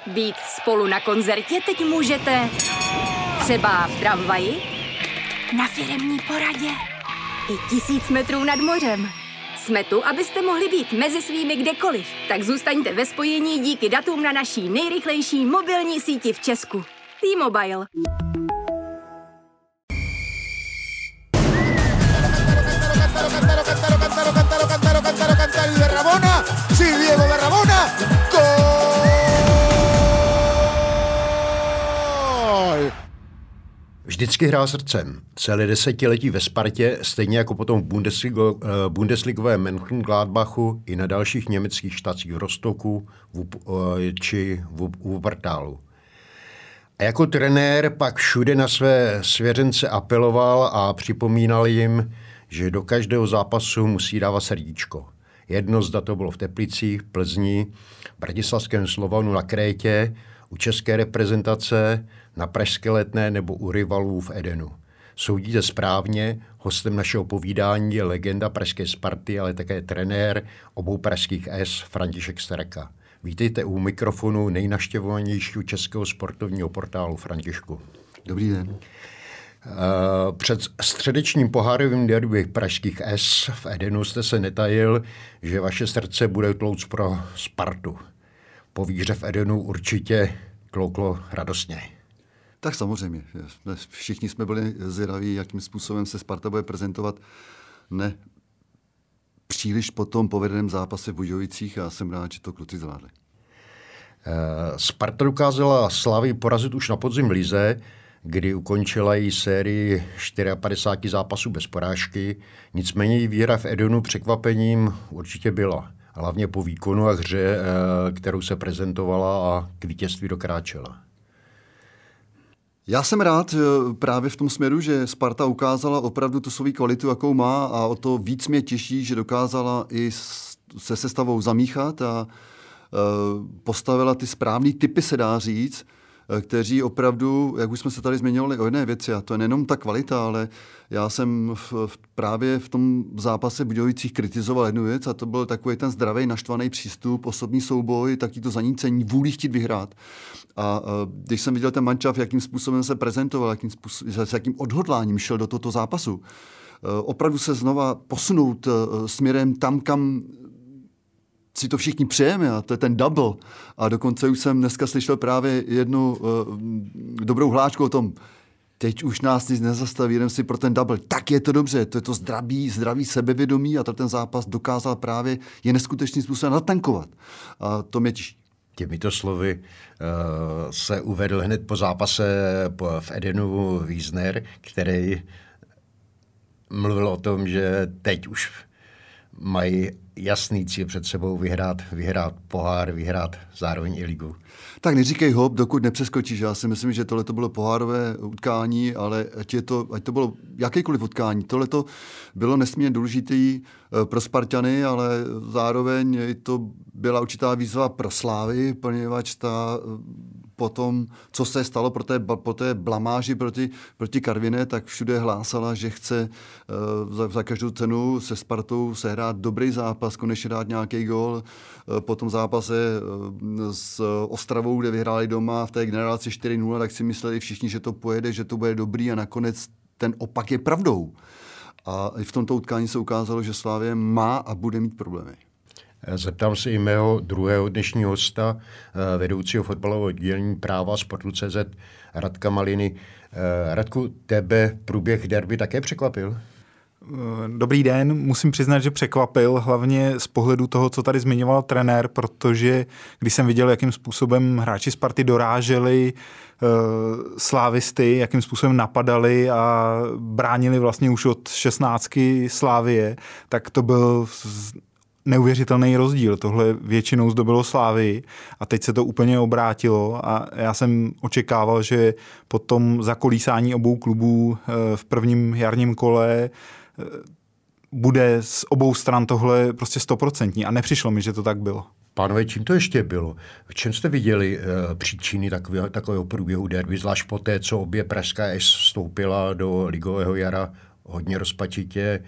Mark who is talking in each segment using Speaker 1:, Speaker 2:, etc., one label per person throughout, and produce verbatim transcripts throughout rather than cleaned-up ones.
Speaker 1: Být spolu na koncertě teď můžete třeba v tramvaji, na firemní poradě i tisíc metrů nad mořem. Jsme tu, abyste mohli být mezi svými kdekoliv. Tak zůstaňte ve spojení díky datům na naší nejrychlejší mobilní síti v Česku. T-Mobile.
Speaker 2: Vždycky hrál srdcem. Celé desetiletí ve Spartě, stejně jako potom v Bundesligo, Bundesligovém Mönchengladbachu i na dalších německých štacích v Rostocku v, či v Wuppertalu. A jako trenér pak všude na své svěřence apeloval a připomínal jim, že do každého zápasu musí dávat srdíčko. Jedno zda to bylo v Teplicích, Plzni, bratislavském Slovanu na Krétě, u české reprezentace, na pražské Letné nebo u rivalů v Edenu. Soudíte správně, hostem našeho povídání je legenda pražské Sparty, ale také trenér obou pražských S, František Straka. Vítejte u mikrofonu nejnaštěvovanějšího českého sportovního portálu. Františku.
Speaker 3: Dobrý den.
Speaker 2: Před středečním pohárovým derby pražských S v Edenu jste se netajil, že vaše srdce bude tlouct pro Spartu. Po výhře v Edenu určitě tlouklo radostně.
Speaker 3: Tak samozřejmě. Všichni jsme byli zvědaví, jakým způsobem se Sparta bude prezentovat. Ne příliš po tom povedeném zápase v Budějovicích a jsem rád, že to kluci zvládli.
Speaker 2: Sparta dokázala Slavii porazit už na podzim lize, kdy ukončila její sérii padesát čtyři zápasů bez porážky. Nicméně její výhra v Edenu překvapením určitě byla. Hlavně po výkonu a hře, kterou se prezentovala a k vítězství dokráčela.
Speaker 3: Já jsem rád právě v tom směru, že Sparta ukázala opravdu tu svou kvalitu, jakou má, a o to víc mě těší, že dokázala i se sestavou zamíchat a postavila ty správný typy, se dá říct, kteří opravdu, jak už jsme se tady zmiňovali o jedné věci, a to je nejenom ta kvalita, ale já jsem v, v, právě v tom zápase v Budějovicích kritizoval jednu věc, a to byl takový ten zdravý, naštvaný přístup, osobní souboj, taky to zanícení, vůli chtít vyhrát. A, a když jsem viděl ten mančaft, jakým způsobem se prezentoval, jakým, způsob, s jakým odhodláním šel do tohoto zápasu, opravdu se znova posunout směrem tam, kam si to všichni přejeme, a to je ten double. A dokonce už jsem dneska slyšel právě jednu uh, dobrou hláčku o tom, teď už nás nic nezastaví, jdem si pro ten double. Tak je to dobře, to je to zdravý, zdravý sebevědomí, a to ten zápas dokázal právě je neskutečným způsobem natankovat. A to mě těší.
Speaker 2: Těmito slovy uh, se uvedl hned po zápase po, v Edenu Wiesner, který mluvil o tom, že teď už mají jasný cíl před sebou vyhrát, vyhrát pohár, vyhrát zároveň i ligu.
Speaker 3: Tak neříkej hop, dokud nepřeskočíš. Já si myslím, že tohle to bylo pohárové utkání, ale ať, je to, ať to bylo jakékoliv utkání. Tohle to bylo nesmírně důležitý pro Spartany, ale zároveň to byla určitá výzva pro Slávy, poněvadž ta potom, co se stalo po té, po té blamáži proti, proti Karviné, tak všude hlásala, že chce uh, za, za každou cenu se Spartou sehrát dobrý zápas, konečně dát nějaký gól. Uh, po tom zápase uh, s Ostravou, kde vyhráli doma v té generaci čtyři nula, tak si mysleli všichni, že to pojede, že to bude dobrý, a nakonec ten opak je pravdou. A i v tomto utkání se ukázalo, že Slavie má a bude mít problémy.
Speaker 2: Zeptám se i mého druhého dnešního hosta, vedoucího fotbalového oddělení Práva Sportu tečka cé zet, Radka Maliny. Radku, tebe průběh derby také překvapil?
Speaker 4: Dobrý den, musím přiznat, že překvapil, hlavně z pohledu toho, co tady zmiňoval trenér, protože když jsem viděl, jakým způsobem hráči Sparty doráželi uh, slávisty, jakým způsobem napadali a bránili vlastně už od šestnáctky Slávie, tak to byl neuvěřitelný rozdíl. Tohle většinou zdobilo Slávii a teď se to úplně obrátilo, a já jsem očekával, že po tom zakolísání obou klubů v prvním jarním kole bude z obou stran tohle prostě stoprocentní, a nepřišlo mi, že to tak bylo.
Speaker 2: Pánové, čím to ještě bylo? V čem jste viděli uh, příčiny takového, takového průběhu derby, zvlášť po té, co obě pražská S vstoupila do ligového jara hodně rozpačitě.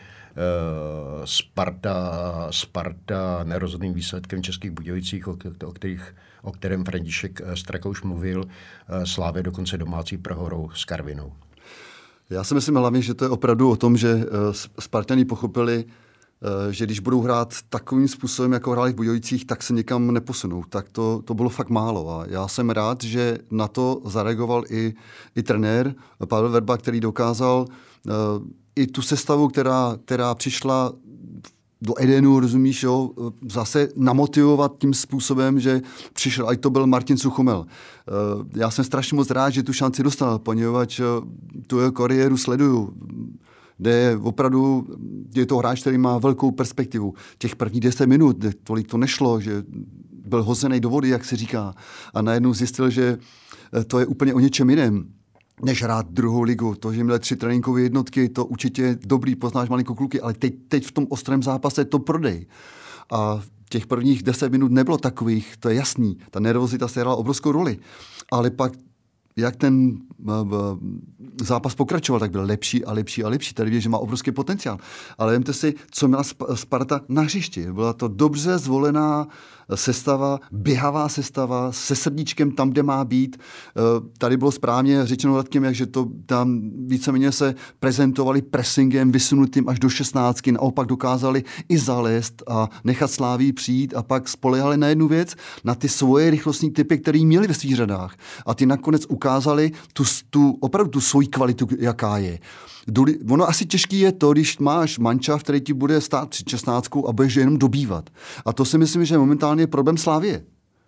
Speaker 2: Sparta, Sparta nerozhodným výsledkem Českých Budějovicích, o, o, kterých, o kterém František Straka už mluvil, Slavia dokonce domácí prohrou s Karvinou.
Speaker 3: Já si myslím hlavně, že to je opravdu o tom, že Spartani pochopili, že když budou hrát takovým způsobem, jako hráli v Budějovicích, tak se někam neposunou. Tak to, to bylo fakt málo. A já jsem rád, že na to zareagoval i, i trenér Pavel Verba, který dokázal uh, i tu sestavu, která, která přišla do Edenu, rozumíš, jo, zase namotivovat tím způsobem, že přišel, ať to byl Martin Suchomel. Uh, já jsem strašně moc rád, že tu šanci dostal, poněvadž uh, tu jeho kariéru sleduju, kde opravdu je to hráč, který má velkou perspektivu. Těch prvních deset minut, tolik to nešlo, že byl hozený do vody, jak se říká, a najednou zjistil, že to je úplně o něčem jiném, než hrát druhou ligu. To, že měli tři tréninkové jednotky, to určitě je dobrý, poznáš malinko kluky, ale teď, teď v tom ostrém zápase to prodej. A těch prvních deset minut nebylo takových, to je jasný. Ta nervozita se hrála obrovskou roli. Ale pak jak ten zápas pokračoval, tak byl lepší a lepší a lepší. Tady vidíš, že má obrovský potenciál. Ale vemte si, co měla Sparta na hřišti. Byla to dobře zvolená sestava, běhavá sestava, se srdíčkem tam, kde má být. Tady bylo správně řečeno Radkem, jak že to tam víceméně se prezentovali pressingem vysunutým až do šestnáctky, naopak dokázali i zalézt a nechat Slávii přijít a pak spolehali na jednu věc, na ty svoje rychlostní typy, které měli ve svých řadách. A ty nakonec ukázali tu, tu, opravdu tu svoji kvalitu, jaká je. Ono asi těžký je to, když máš mančav, který ti bude stát před šestnáctkou a budeš jenom dobývat. A to si myslím, že momentálně je problém Slávie.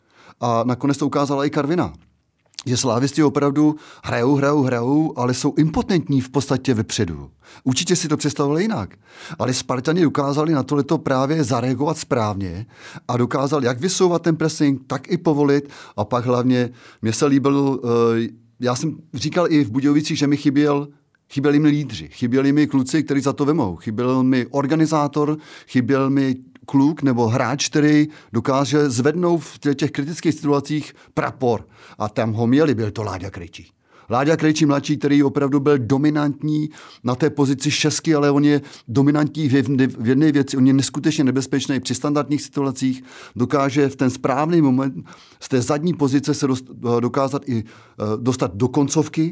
Speaker 3: A nakonec to ukázala i Karviná. Že slávisti opravdu hrajou, hrajou, hrajou, ale jsou impotentní v podstatě vepředu. Určitě si to představovali jinak. Ale Spartani dokázali na tohleto právě zareagovat správně a dokázali jak vysouvat ten pressing, tak i povolit. A pak hlavně mě se líbil, já jsem říkal i v Budějovicích, že mi chyběl Chyběli mi lídři, chyběli mi kluci, kteří za to vemou. Chyběl mi organizátor, chyběl mi kluk nebo hráč, který dokáže zvednout v těch kritických situacích prapor. A tam ho měli, byl to Láďa Krejčí. Láďa Krejčí mladší, který opravdu byl dominantní na té pozici šestky, ale on je dominantní v jedné věci, on je neskutečně nebezpečný při standardních situacích, dokáže v ten správný moment z té zadní pozice se dokázat i dostat do koncovky,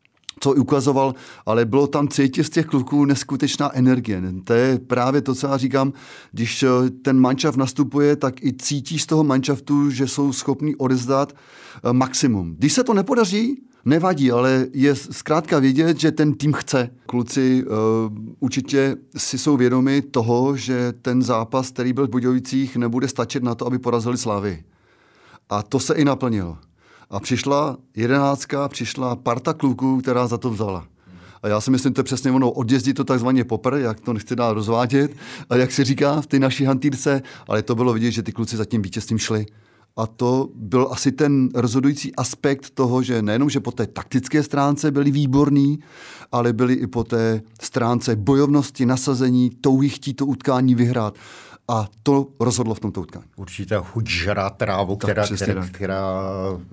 Speaker 3: co ukazoval, ale bylo tam cítit z těch kluků neskutečná energie. To je právě to, co já říkám, když ten manšaft nastupuje, tak i cítí z toho manšaftu, že jsou schopní odezdat maximum. Když se to nepodaří, nevadí, ale je zkrátka vidět, že ten tým chce. Kluci uh, určitě si jsou vědomi toho, že ten zápas, který byl v Budějovicích, nebude stačit na to, aby porazili Slávy. A to se i naplnilo. A přišla jedenáctka, přišla parta kluků, která za to vzala. A já si myslím, to je přesně ono, odjezdí to takzvaně popr, jak to nechci dál rozvádět, a jak se říká v té naší hantýrce, ale to bylo vidět, že ty kluci za tím vítězstvím šli. A to byl asi ten rozhodující aspekt toho, že nejenom, že po té taktické stránce byli výborní, ale byli i po té stránce bojovnosti, nasazení, touhy chtít to utkání vyhrát. A to rozhodlo v tomto utkání.
Speaker 2: Určitě chuť žrát trávu, která, která, která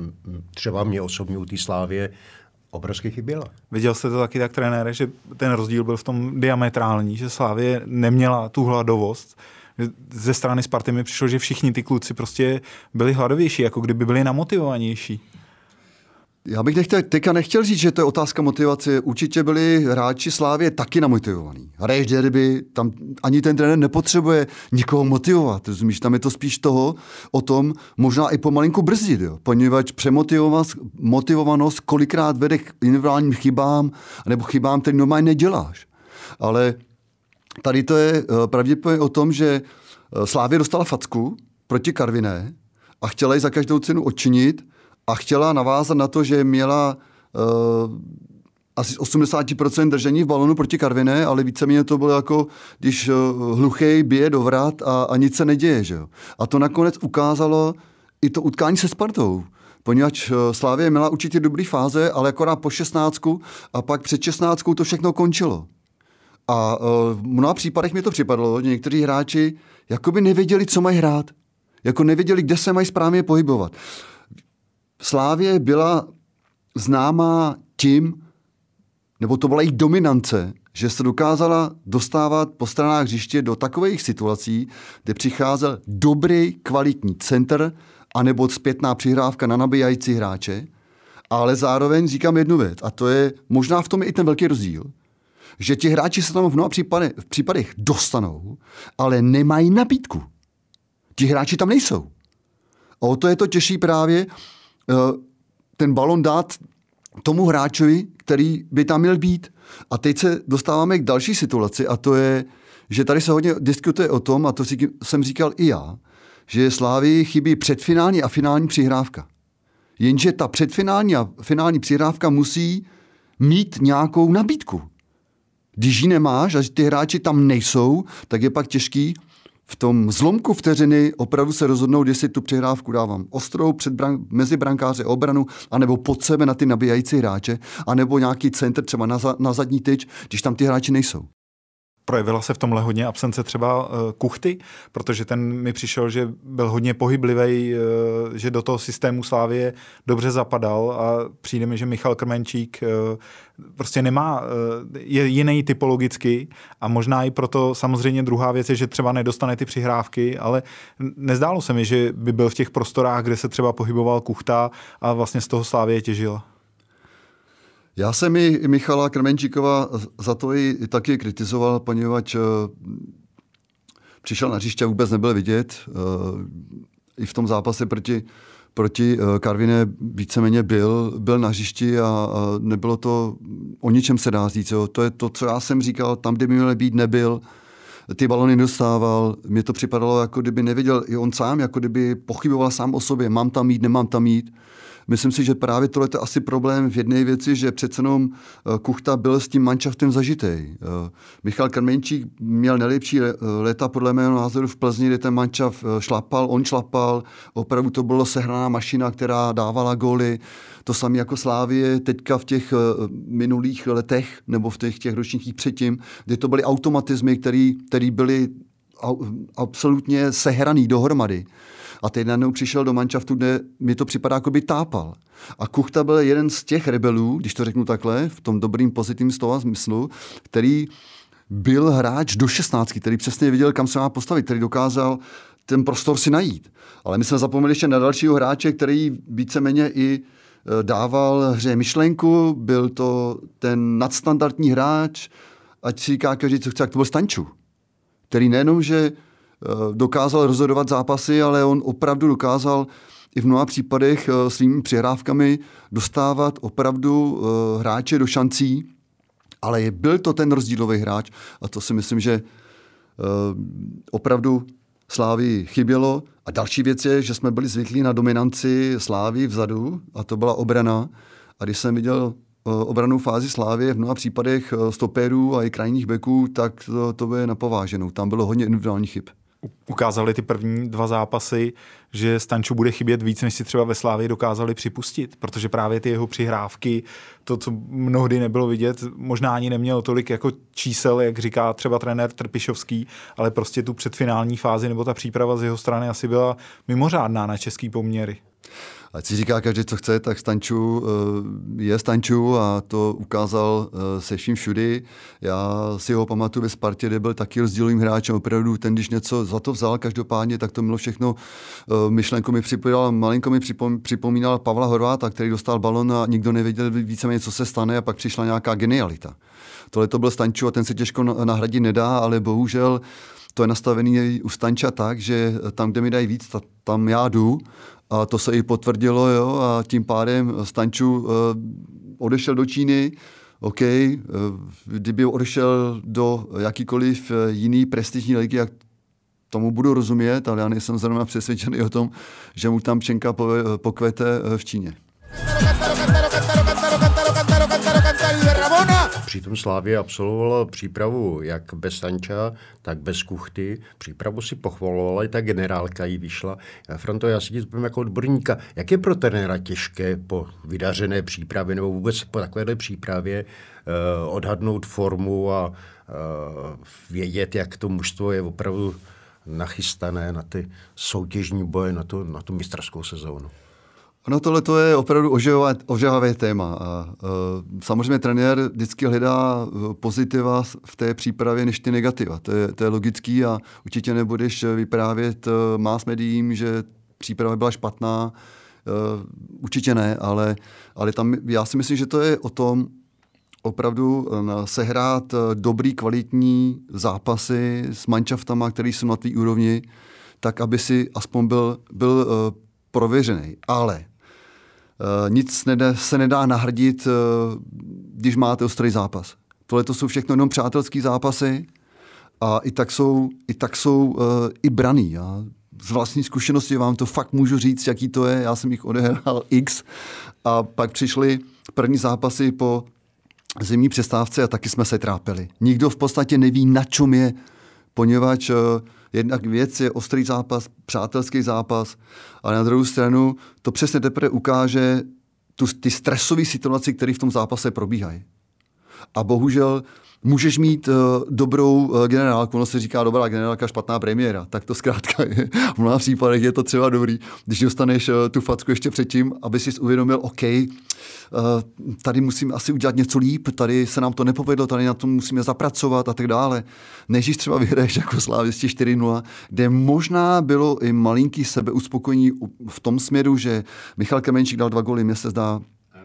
Speaker 2: třeba mě osobně u té Slávie obrovsky chyběla.
Speaker 4: Viděl jste to taky tak, trenére, že ten rozdíl byl v tom diametrální, že Slávie neměla tu hladovost. Ze strany Sparty mi přišlo, že všichni ty kluci prostě byli hladovější, jako kdyby byli namotivovanější.
Speaker 3: Já bych nechtěl, teďka nechtěl říct, že to je otázka motivace. Určitě byli hráči Slávie taky namotivovaní. Hraješ derby, tam ani ten trenér nepotřebuje nikoho motivovat. Rozumíš, tam je to spíš toho, o tom možná i pomalinku brzdit, jo? Poněvadž přemotivovanost kolikrát vede k individuálním chybám, nebo chybám, které normálně neděláš. Ale tady to je pravděpodobně o tom, že Slávie dostala facku proti Karviné a chtěla ji za každou cenu odčinit, a chtěla navázat na to, že měla uh, asi osmdesát procent držení v balonu proti Karviné, ale víceméně to bylo jako, když uh, hluchej bije do vrat a, a nic se neděje. Že jo? A to nakonec ukázalo i to utkání se Spartou. Poněvadž uh, Slavia měla určitě dobrý fáze, ale akorát po šestnáctku a pak před šestnáctkou to všechno končilo. A uh, v mnoha případech mi to připadlo, že někteří hráči jakoby nevěděli, co mají hrát. Jako nevěděli, kde se mají správně pohybovat. Slávie byla známá tím, nebo to byla jejich dominance, že se dokázala dostávat po stranách hřiště do takových situací, kde přicházel dobrý, kvalitní center anebo zpětná přihrávka na nabíjající hráče, ale zároveň říkám jednu věc, a to je, možná v tom je i ten velký rozdíl, že ti hráči se tam v mnoha případech, v případech dostanou, ale nemají nabídku. Ti hráči tam nejsou. A o to je to těžší právě uh, ten balon dát tomu hráčovi, který by tam měl být. A teď se dostáváme k další situaci a to je, že tady se hodně diskutuje o tom, a to jsem říkal i já, že Slávii chybí předfinální a finální přihrávka. Jenže ta předfinální a finální přihrávka musí mít nějakou nabídku. Když ji nemáš a ty hráči tam nejsou, tak je pak těžký v tom zlomku vteřiny opravdu se rozhodnout, jestli tu přihrávku dávám ostrou před bran- mezi brankáře a obranu, anebo pod sebe na ty nabíjající hráče, anebo nějaký center třeba na, za- na zadní tyč, když tam ty hráči nejsou.
Speaker 4: Projevila se v tomhle hodně absence třeba uh, Kuchty, protože ten mi přišel, že byl hodně pohyblivý, uh, že do toho systému Slávie dobře zapadal a přijde mi, že Michal Krmenčík uh, prostě nemá, uh, je jiný typologicky a možná i proto samozřejmě druhá věc je, že třeba nedostane ty přihrávky, ale nezdálo se mi, že by byl v těch prostorách, kde se třeba pohyboval Kuchta a vlastně z toho Slávie těžila.
Speaker 3: Já jsem i Michala Krmenčíkova za to i taky kritizoval, poněvadž přišel na hřiště a vůbec nebyl vidět. I v tom zápase proti, proti Karviné víceméně byl, byl na hřišti a nebylo to o ničem se dá říct. Jo. To je to, co já jsem říkal, tam, kde by měl být, nebyl. Ty balony dostával. Mně to připadalo, jako kdyby nevěděl i on sám, jako kdyby pochyboval sám o sobě. Mám tam jít, nemám tam jít. Myslím si, že právě tohle je asi problém v jedné věci, že přece jenom Kuchta byl s tím manšaftem zažitej. Michal Krmenčík měl nejlepší léta podle mého názoru v Plzni, kde ten manšaft šlapal, on šlapal, opravdu to bylo sehraná mašina, která dávala góly. To samé jako Slávie teďka v těch minulých letech, nebo v těch, těch ročnících předtím, kde to byly automatizmy, které byly absolutně sehraný dohromady. A teď najednou přišel do manšaftu, kde mi to připadá, jako by tápal. A Kuchta byl jeden z těch rebelů, když to řeknu takhle, v tom dobrým pozitivním slova smyslu, který byl hráč do šestnáctky, který přesně viděl, kam se má postavit, který dokázal ten prostor si najít. Ale my jsme zapomněli ještě na dalšího hráče, který víceméně i dával hře myšlenku, byl to ten nadstandardní hráč, ať si říká každý, co chce, jak to byl Stanču, který nejenom, že dokázal rozhodovat zápasy, ale on opravdu dokázal i v mnoha případech svými přihrávkami dostávat opravdu hráče do šancí, ale byl to ten rozdílový hráč a to si myslím, že opravdu Slávii chybělo. A další věc je, že jsme byli zvyklí na dominanci Slávii vzadu a to byla obrana. A když jsem viděl obranou fázi Slávie v mnoha případech stopérů a i krajních beků, tak to, to je napováženou. Tam bylo hodně individuálních chyb.
Speaker 4: Ukázali ty první dva zápasy, že Stanču bude chybět víc, než si třeba ve Slávii dokázali připustit, protože právě ty jeho přihrávky, to, co mnohdy nebylo vidět, možná ani neměl tolik jako čísel, jak říká třeba trenér Trpišovský, ale prostě tu předfinální fázi nebo ta příprava z jeho strany asi byla mimořádná na český poměry.
Speaker 3: Ať si říká každý, co chce, tak Stanču je Stanču a to ukázal se vším všudy. Já si ho pamatuju ve Spartě, kde byl taky rozdílovým hráčem. Opravdu ten, když něco za to vzal každopádně, tak to bylo všechno. Myšlenku mi připomínal, malinko mi připomínal Pavla Horváta, který dostal balon a nikdo nevěděl víceméně, co se stane a pak přišla nějaká genialita. Tohle to byl Stanču a ten se těžko nahradit nedá, ale bohužel to je nastavený u Stanča tak, že tam, kde mi dají víc, tam já jdu. A to se i potvrdilo, jo, a tím pádem Stanču uh, odešel do Číny, OK, uh, kdyby odešel do jakýkoliv uh, jiný prestižní ligy, jak tomu budu rozumět, ale já nejsem zrovna přesvědčený o tom, že mu tam Čenka pokvete uh, v Číně.
Speaker 2: Přitom Slávie absolvovala přípravu jak bez Stanča, tak bez Kuchty. Přípravu si pochvalovala, i ta generálka jí vyšla. Franto, já si ti zbavím jako odborníka, jak je pro trenéra těžké po vydařené přípravě nebo vůbec po takovéhle přípravě uh, odhadnout formu a uh, vědět, jak to mužstvo je opravdu nachystané na ty soutěžní boje, na tu, na tu mistrovskou sezónu?
Speaker 3: No tohle to je opravdu ožehavé, ožehavé téma. A, uh, samozřejmě trenér vždycky hledá pozitiva v té přípravě než ty negativa. To je, to je logický a určitě nebudeš vyprávět uh, mass médiím, že příprava byla špatná. Uh, určitě ne, ale, ale tam já si myslím, že to je o tom opravdu uh, sehrát uh, dobrý, kvalitní zápasy s manšaftama, který jsou na té úrovni, tak, aby si aspoň byl, byl uh, prověřený. Ale uh, nic nedá, se nedá nahradit, uh, když máte ostrý zápas. Tohle to jsou všechno jenom přátelský zápasy a i tak jsou, i, tak jsou uh, i braný. Já z vlastní zkušenosti vám to fakt můžu říct, jaký to je. Já jsem jich odehrál X a pak přišly první zápasy po zimní přestávce a taky jsme se trápili. Nikdo v podstatě neví, na čem je, poněvadž uh, jednak věc je ostrý zápas, přátelský zápas, ale na druhou stranu to přesně teprve ukáže tu, ty stresové situace, které v tom zápase probíhají. A bohužel můžeš mít uh, dobrou uh, generálku, ono se říká dobrá generálka, špatná premiéra, tak to zkrátka je. V mnoha případech je to třeba dobrý, když dostaneš uh, tu facku ještě předtím, aby si uvědomil, OK, uh, tady musím asi udělat něco líp, tady se nám to nepovedlo, tady na tom musíme zapracovat a tak dále. Než třeba vyhraješ jako Slávisti čtyři nula, kde možná bylo i malinký sebeuspokojení v tom směru, že Michal Krmenčík dal dva góly, mně se zdá,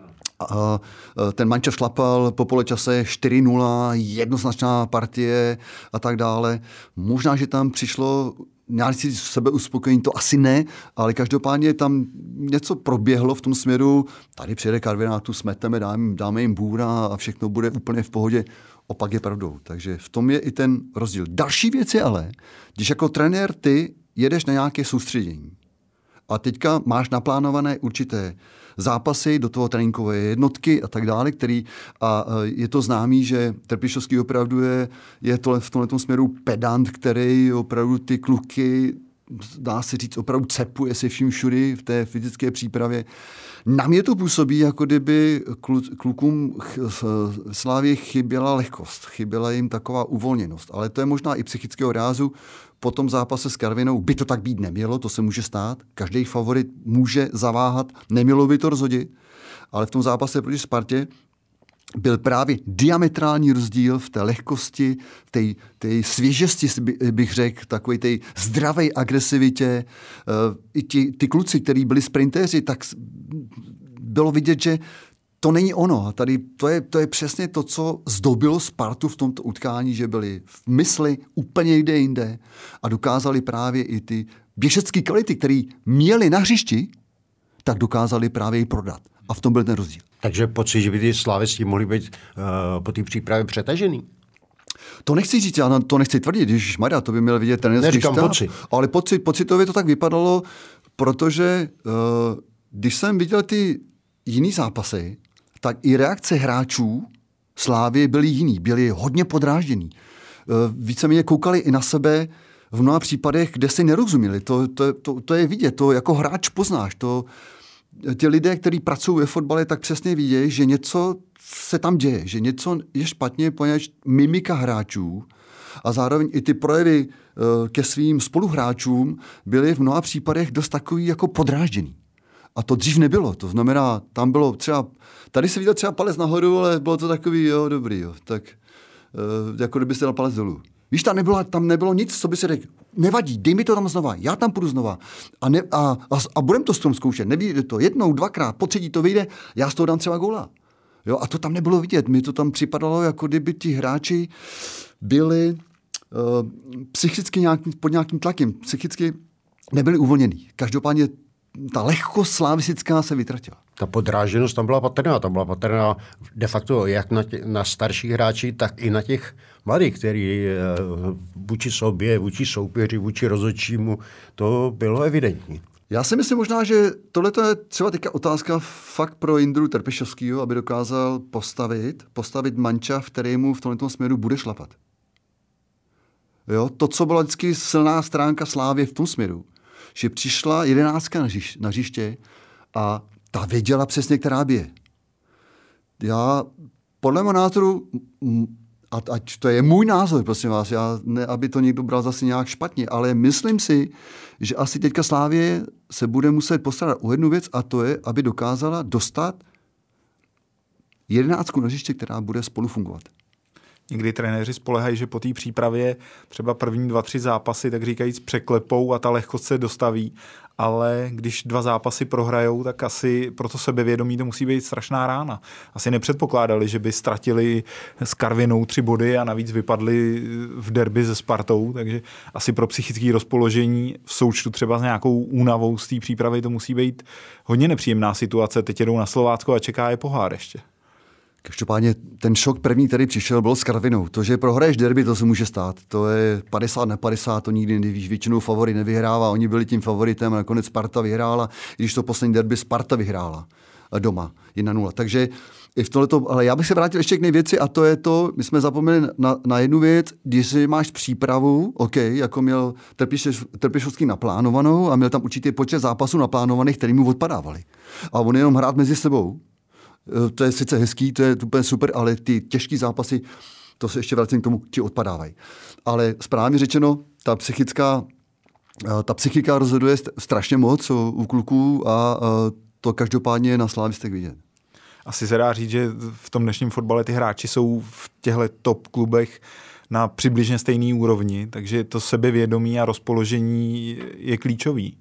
Speaker 3: a ten mančaft šlapal po poločase čtyři nula, jednoznačná partie a tak dále. Možná, že tam přišlo nějaký sebeuspokojení, to asi ne, ale každopádně tam něco proběhlo v tom směru, tady přijede Karvinátu, smeteme, dáme, dáme jim bůra a všechno bude úplně v pohodě. Opak je pravdou. Takže v tom je i ten rozdíl. Další věc je ale, když jako trenér ty jedeš na nějaké soustředění a teďka máš naplánované určité zápasy do toho tréninkové jednotky a tak dále, který, a je to známý, že Trpišovský opravdu je, je to v tomhle směru pedant, který opravdu ty kluky, dá se říct, opravdu cepuje se vším všudy v té fyzické přípravě. Na mě to působí, jako kdyby klukům Slávy chyběla lehkost, chyběla jim taková uvolněnost, ale to je možná i psychického rázu. Po tom zápase s Karvinou by to tak být nemělo, to se může stát. Každý favorit může zaváhat, nemělo by to rozhodit, ale v tom zápase proti Spartě byl právě diametrální rozdíl v té lehkosti, v té, té svěžesti, bych řekl, takové té zdravé agresivitě. I ti, ty kluci, kteří byli sprintéři, tak bylo vidět, že to není ono. A tady to je, to je přesně to, co zdobilo Spartu v tomto utkání, že byli v mysli úplně jde jinde a dokázali právě i ty běžecké kvality, které měli na hřišti, tak dokázali právě i prodat. A v tom byl ten rozdíl.
Speaker 2: Takže pocit, že by ty slávisti mohli být uh, po té přípravě přetažený?
Speaker 3: To nechci říct, já to nechci tvrdit, když Maria, to by měl vidět trenérský štáb.
Speaker 2: Pocit.
Speaker 3: Ale pocit, pocitově to tak vypadalo, protože uh, když jsem viděl ty jiný zápasy, tak i reakce hráčů Slávy byly jiný, byly hodně podrážděný. Uh, víceméně koukali i na sebe v mnoha případech, kde si nerozuměli. To, to, to, to je vidět, to jako hráč poznáš. To, ti lidé, kteří pracují ve fotbale, tak přesně vidějí, že něco se tam děje, že něco je špatně, poněvadž mimika hráčů a zároveň i ty projevy uh, ke svým spoluhráčům byly v mnoha případech dost takový jako podrážděný. A to dřív nebylo. To znamená, tam bylo třeba, tady se viděl třeba palec nahoru, ale bylo to takový, jo, dobrý, jo, tak uh, jako kdybyste dal palec dolů. Víš, tam nebylo, tam nebylo nic, co by se řekl, nevadí, dej mi to tam znova, já tam půjdu znova a, ne, a, a, a budem to s tom zkoušet, nevíde to jednou, dvakrát, po třetí to vyjde, já z toho dám třeba góla. Jo, a to tam nebylo vidět, mi to tam připadalo, jako kdyby ti hráči byli uh, psychicky nějaký, pod nějakým tlakem, psychicky nebyli uvolnění. Každopádně ta lehkost slavistická se vytratila.
Speaker 2: Ta podrážděnost tam byla patrná. Tam byla patrná de facto jak na, tě, na starších hráčích, tak i na těch mladých, který e, vůči sobě, vůči soupeři, vůči rozhodčímu, to bylo evidentní.
Speaker 3: Já si myslím možná, že tohle je třeba teďka otázka fakt pro Jindru Trpišovskýho, aby dokázal postavit, postavit mančaft, který mu v tomto směru bude šlapat. Jo? To, co byla vždycky silná stránka Slávy v tom směru, že přišla jedenáctka na, hřiš, na hřiště a ta věděla přesně, která bije. Já podle mého názoru a ať to je můj názor, prosím vás, já, ne, aby to někdo bral zase nějak špatně, ale myslím si, že asi teďka Slávie se bude muset postarat o jednu věc a to je, aby dokázala dostat jedenáctku na hřiště, která bude spolu fungovat.
Speaker 4: Někdy trenéři spolehají, že po té přípravě třeba první dva, tři zápasy, tak říkajíc, překlepou a ta lehkost se dostaví, ale když dva zápasy prohrajou, tak asi pro to sebevědomí to musí být strašná rána. Asi nepředpokládali, že by ztratili s Karvinou tři body a navíc vypadli v derby se Spartou, takže asi pro psychické rozpoložení v součtu třeba s nějakou únavou z té přípravy to musí být hodně nepříjemná situace. Teď jedou na Slovácko a čeká je pohár ještě.
Speaker 3: Každopádně ten šok první, který přišel, byl s Karvinou. To, že prohraješ derby, to se může stát. To je padesát na padesát, to nikdy nevíš. Většinou favorit nevyhrává. Oni byli tím favoritem a nakonec Sparta vyhrála, když to poslední derby Sparta vyhrála doma jedna nula. Takže i v tohleto, ale já bych se vrátil ještě k nejvěci a to je to, my jsme zapomněli na, na jednu věc, když máš přípravu, OK, jako měl Trpišovský naplánovanou a měl tam určitý počet zápasů naplánovaných, který mu odpadávali. A on jenom hrát mezi sebou. To je sice hezký, to je úplně super, ale ty těžký zápasy, to se ještě vracím k tomu, ti odpadávají. Ale správně řečeno, ta psychická, ta psychika rozhoduje strašně moc u kluků a to každopádně na Slávistech vidět.
Speaker 4: Asi se dá říct, že v tom dnešním fotbale ty hráči jsou v těchto top klubech na přibližně stejné úrovni, takže to sebevědomí a rozpoložení je klíčový.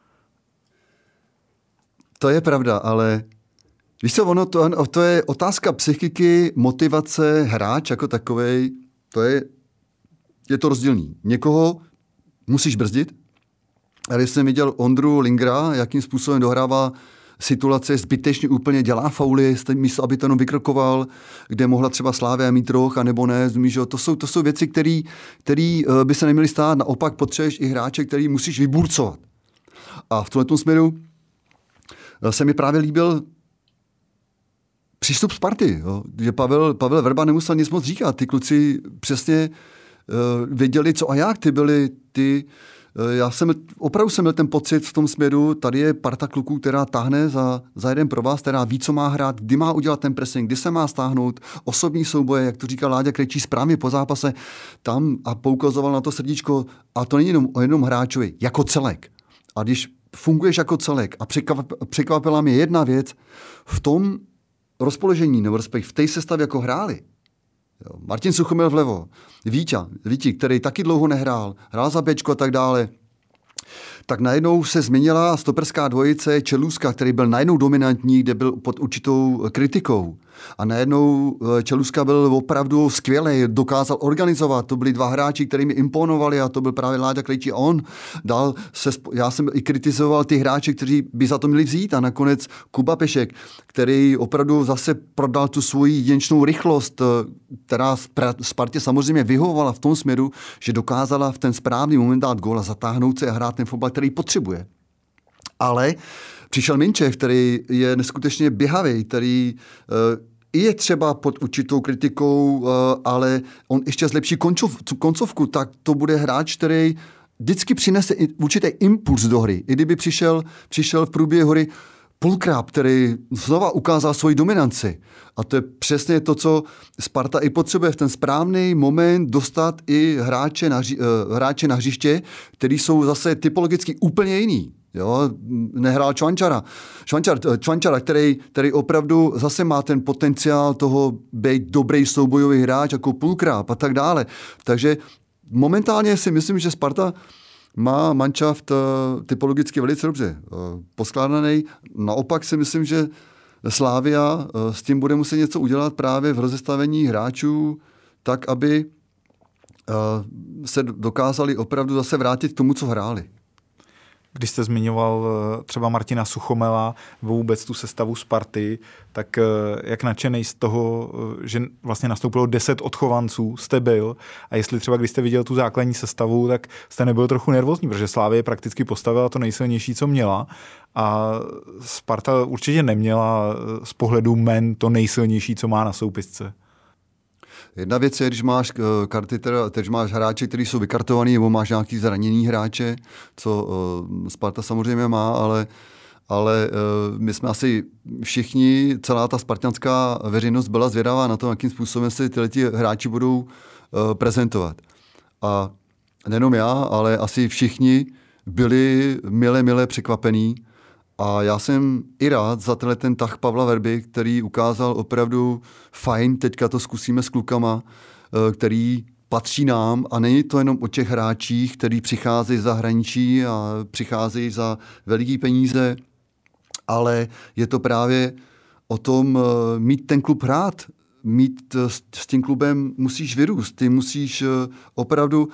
Speaker 3: To je pravda, ale víš co, ono, to, to je otázka psychiky, motivace, hráč jako takovej, to je, je to rozdílný. Někoho musíš brzdit, ale když jsem viděl Ondru Lingra, jakým způsobem dohrává situace, zbytečně úplně dělá fauly, místo, aby to jenom vykrokoval, kde mohla třeba Slávia mít roh, anebo ne, že to jsou, to jsou věci, které by se neměly stát, naopak potřebuješ i hráče, který musíš vyburcovat. A v tomto směru se mi právě líbil přístup Sparty, jo. Že Pavel, Pavel Vrba nemusel nic moc říkat. Ty kluci přesně uh, věděli, co a jak. Ty byli, ty, uh, já jsem, opravdu jsem měl ten pocit v tom směru, tady je parta kluků, která táhne za, za jeden pro vás, která ví, co má hrát, kdy má udělat ten pressing, kdy se má stáhnout, osobní souboje, jak to říká Láďa Krejčí správně po zápase, tam a poukazoval na to srdíčko, a to není jenom o jednom hráčovi, jako celek. A když funguješ jako celek a překvap, překvapila mě jedna věc, v tom rozpoložení, nebo respekt v té sestavě jako hráli. Jo. Martin Suchomil vlevo, Víťa, Víti, který taky dlouho nehrál, hrál za Bčko a tak dále, tak najednou se změnila stoperská dvojice Čelůska, který byl najednou dominantní, kde byl pod určitou kritikou. A najednou Čelůska byl opravdu skvělý, dokázal organizovat. To byli dva hráči, kteří mi imponovali a to byl právě Láďa Krejčí a on dal se, já jsem i kritizoval ty hráči, kteří by za to měli vzít a nakonec Kuba Pešek, který opravdu zase prodal tu svoji jedinečnou rychlost, která Spartě samozřejmě vyhovovala v tom směru, že dokázala v ten správný moment dát gól a zatáhnout se a hrát ten fotbal, který potřebuje. Ale přišel Minčev, který je neskutečně běhavý, který uh, je třeba pod určitou kritikou, uh, ale on ještě zlepší končov, koncovku, tak to bude hráč, který vždycky přinese určitý impuls do hry. I kdyby přišel, přišel v průběhu hry Pulkrab, který znova ukázal svoji dominanci. A to je přesně to, co Sparta i potřebuje v ten správný moment dostat i hráče na, uh, hráče na hřiště, který jsou zase typologicky úplně jiný. Jo, nehrál Čvančara. Čvančar, Čvančara, který, který opravdu zase má ten potenciál toho být dobrý soubojový hráč, jako Pulkrab a tak dále. Takže momentálně si myslím, že Sparta má manšaft typologicky velice dobře poskládaný. Naopak si myslím, že Slavia s tím bude muset něco udělat právě v rozestavení hráčů tak, aby se dokázali opravdu zase vrátit k tomu, co hráli.
Speaker 4: Když jste zmiňoval třeba Martina Suchomela, vůbec tu sestavu Sparty, tak jak nadšenej z toho, že vlastně nastoupilo deset odchovanců, jste byl, a jestli třeba, když jste viděl tu základní sestavu, tak jste nebyl trochu nervózní, protože Slavie prakticky postavila to nejsilnější, co měla, a Sparta určitě neměla z pohledu men to nejsilnější, co má na soupisce.
Speaker 3: Jedna věc je, když máš karty, teda, když máš hráče, kteří jsou vykartovaný, nebo máš nějaký zraněný hráče, co uh, Sparta samozřejmě má, ale ale uh, my jsme asi všichni, celá ta spartanská veřejnost byla zvědavá na to, jakým způsobem se tyhleti hráči budou uh, prezentovat. A nejenom já, ale asi všichni byli mile, mile překvapení. A já jsem i rád za tenhle ten tah Pavla Verby, který ukázal opravdu fajn, teďka to zkusíme s klukama, který patří nám a není to jenom o těch hráčích, který přicházejí z zahraničí a přicházejí za veliký peníze, ale je to právě o tom mít ten klub hrát, mít s tím klubem musíš vyrůst, ty musíš opravdu,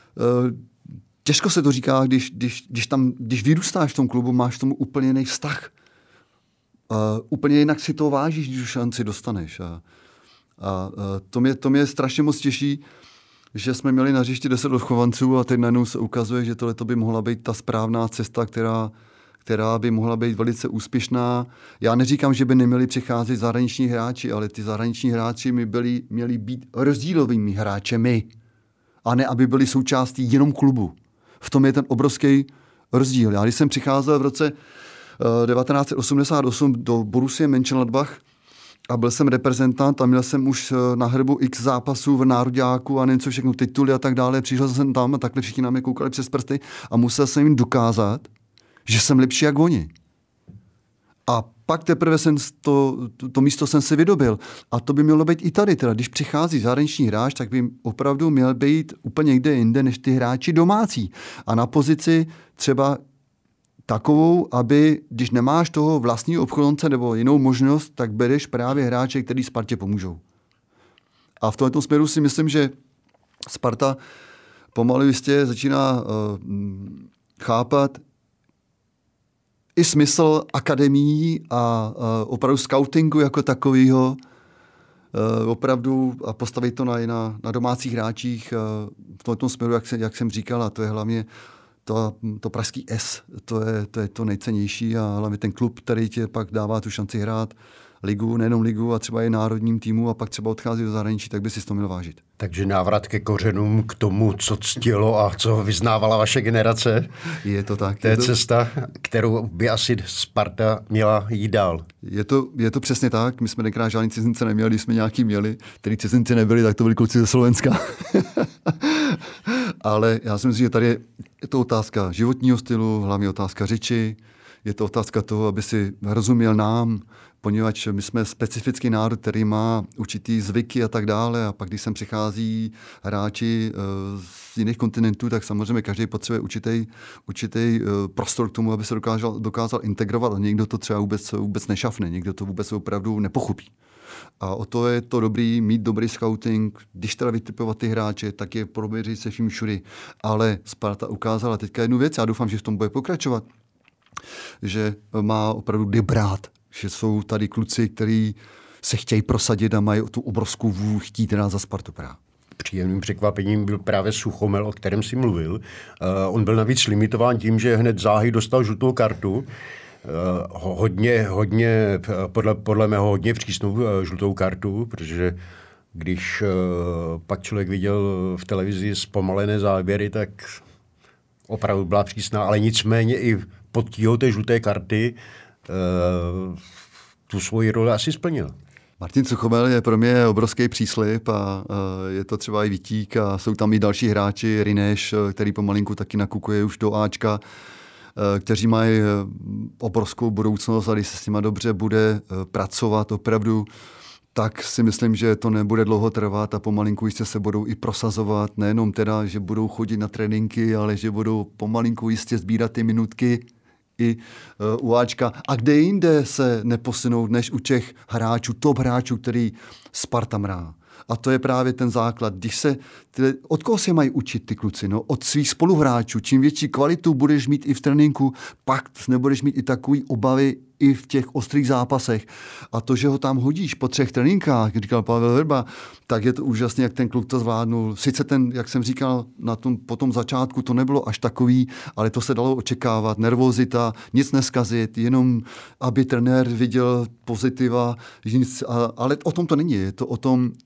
Speaker 3: těžko se to říká, když, když, když, tam, když vyrůstáš v tom klubu, máš k tomu úplně jiný vztah. Uh, úplně jinak si to vážíš, když šanci dostaneš. A, a to, mě, to mě strašně moc těší, že jsme měli na hřišti deset odchovanců a teď najednou se ukazuje, že tohle by mohla být ta správná cesta, která, která by mohla být velice úspěšná. Já neříkám, že by neměli přicházet zahraniční hráči, ale ty zahraniční hráči by byli, měli být rozdílovými hráčemi a ne, aby byli součástí jenom klubu. V tom je ten obrovský rozdíl. Já když jsem přicházel v roce devatenáct set osmdesát osm do Borussia Mönchengladbach a byl jsem reprezentant a měl jsem už na hrbu x zápasů v nároďáku a nevím co všechno, tituly a tak dále. Přišel jsem tam a takhle všichni na mě koukali přes prsty a musel jsem jim dokázat, že jsem lepší jak oni. A pak teprve jsem to, to, to místo jsem si vydobil. A to by mělo být i tady. Teda, když přichází zahraniční hráč, tak by opravdu měl být úplně někde jinde, než ty hráči domácí. A na pozici třeba takovou, aby, když nemáš toho vlastního obchodonce nebo jinou možnost, tak bereš právě hráče, který Spartě pomůžou. A v tomto směru si myslím, že Sparta pomalu jistě začíná uh, chápat i smysl akademií a uh, opravdu scoutingu jako takového, uh, opravdu a postavit to na, na, na domácích hráčích uh, v tomto směru, jak, se, jak jsem říkal, a to je hlavně to, to pražský S, to je, to je to nejcennější a hlavně ten klub, který ti pak dává tu šanci hrát ligu, nejenom ligu a třeba i národním týmu a pak třeba odchází do zahraničí, tak by si to měl vážit.
Speaker 2: Takže návrat ke kořenům, k tomu, co ctilo a co vyznávala vaše generace.
Speaker 3: Je to tak.
Speaker 2: To je
Speaker 3: je to...
Speaker 2: cesta, kterou by asi Sparta měla jít dál.
Speaker 3: Je to, je to přesně tak. My jsme tenkrát žádný cizince neměli, když jsme nějaký měli. Který cizinci nebyli, tak to byli kluci ze Slovenska. Ale já si myslím, že tady je to otázka životního stylu, hlavně otázka řeči. Je to otázka toho, aby si rozuměl nám, poněvadž my jsme specifický národ, který má určitý zvyky a tak dále. A pak, když sem přichází hráči z jiných kontinentů, tak samozřejmě každý potřebuje určitý, určitý prostor k tomu, aby se dokázal, dokázal integrovat. A někdo to třeba vůbec, vůbec nešafne, někdo to vůbec opravdu nepochopí. A o to je to dobrý, mít dobrý scouting, když teda vytipovat ty hráče, tak je prověřit se vším všudy. Ale Sparta ukázala teďka jednu věc, já doufám, že v tom bude pokračovat, že má opravdu debrát, že jsou tady kluci, kteří se chtějí prosadit a mají tu obrovskou vůli chtít teda za Spartu Praha.
Speaker 2: Příjemným překvapením byl právě Suchomel, o kterém si mluvil. Uh, on byl navíc limitován tím, že hned záhy dostal žlutou kartu. Uh, hodně, hodně, podle, podle mého hodně přísnou uh, žlutou kartu, protože když uh, pak člověk viděl v televizi zpomalené záběry, tak opravdu byla přísná, ale nicméně i pod tíhou té žluté karty uh, tu svoji roli asi splnil.
Speaker 3: Martin Suchomel je pro mě obrovský příslib a uh, je to třeba i Vítík a jsou tam i další hráči, Rineš, který pomalinku taky nakukuje už do Ačka, uh, kteří mají obrovskou budoucnost a když se s nima dobře bude uh, pracovat opravdu, tak si myslím, že to nebude dlouho trvat a pomalinku jistě se budou i prosazovat, nejenom teda, že budou chodit na tréninky, ale že budou pomalinku jistě sbírat ty minutky i uh, u Ačka. A kde jinde se neposunout, než u těch hráčů, top hráčů, který Sparta má. A to je právě ten základ. Když se, ty, od koho se mají učit ty kluci? No, od svých spoluhráčů. Čím větší kvalitu budeš mít i v tréninku, pak nebudeš mít i takový obavy i v těch ostrých zápasech. A to, že ho tam hodíš po třech tréninkách, jak říkal Pavel Verba, tak je to úžasné, jak ten kluk to zvládnul. Sice ten, jak jsem říkal, na tom, po tom začátku to nebylo až takový, ale to se dalo očekávat. Nervozita, nic neskazit, jenom aby trenér viděl pozitiva. Ale o tom to není. Je to o tom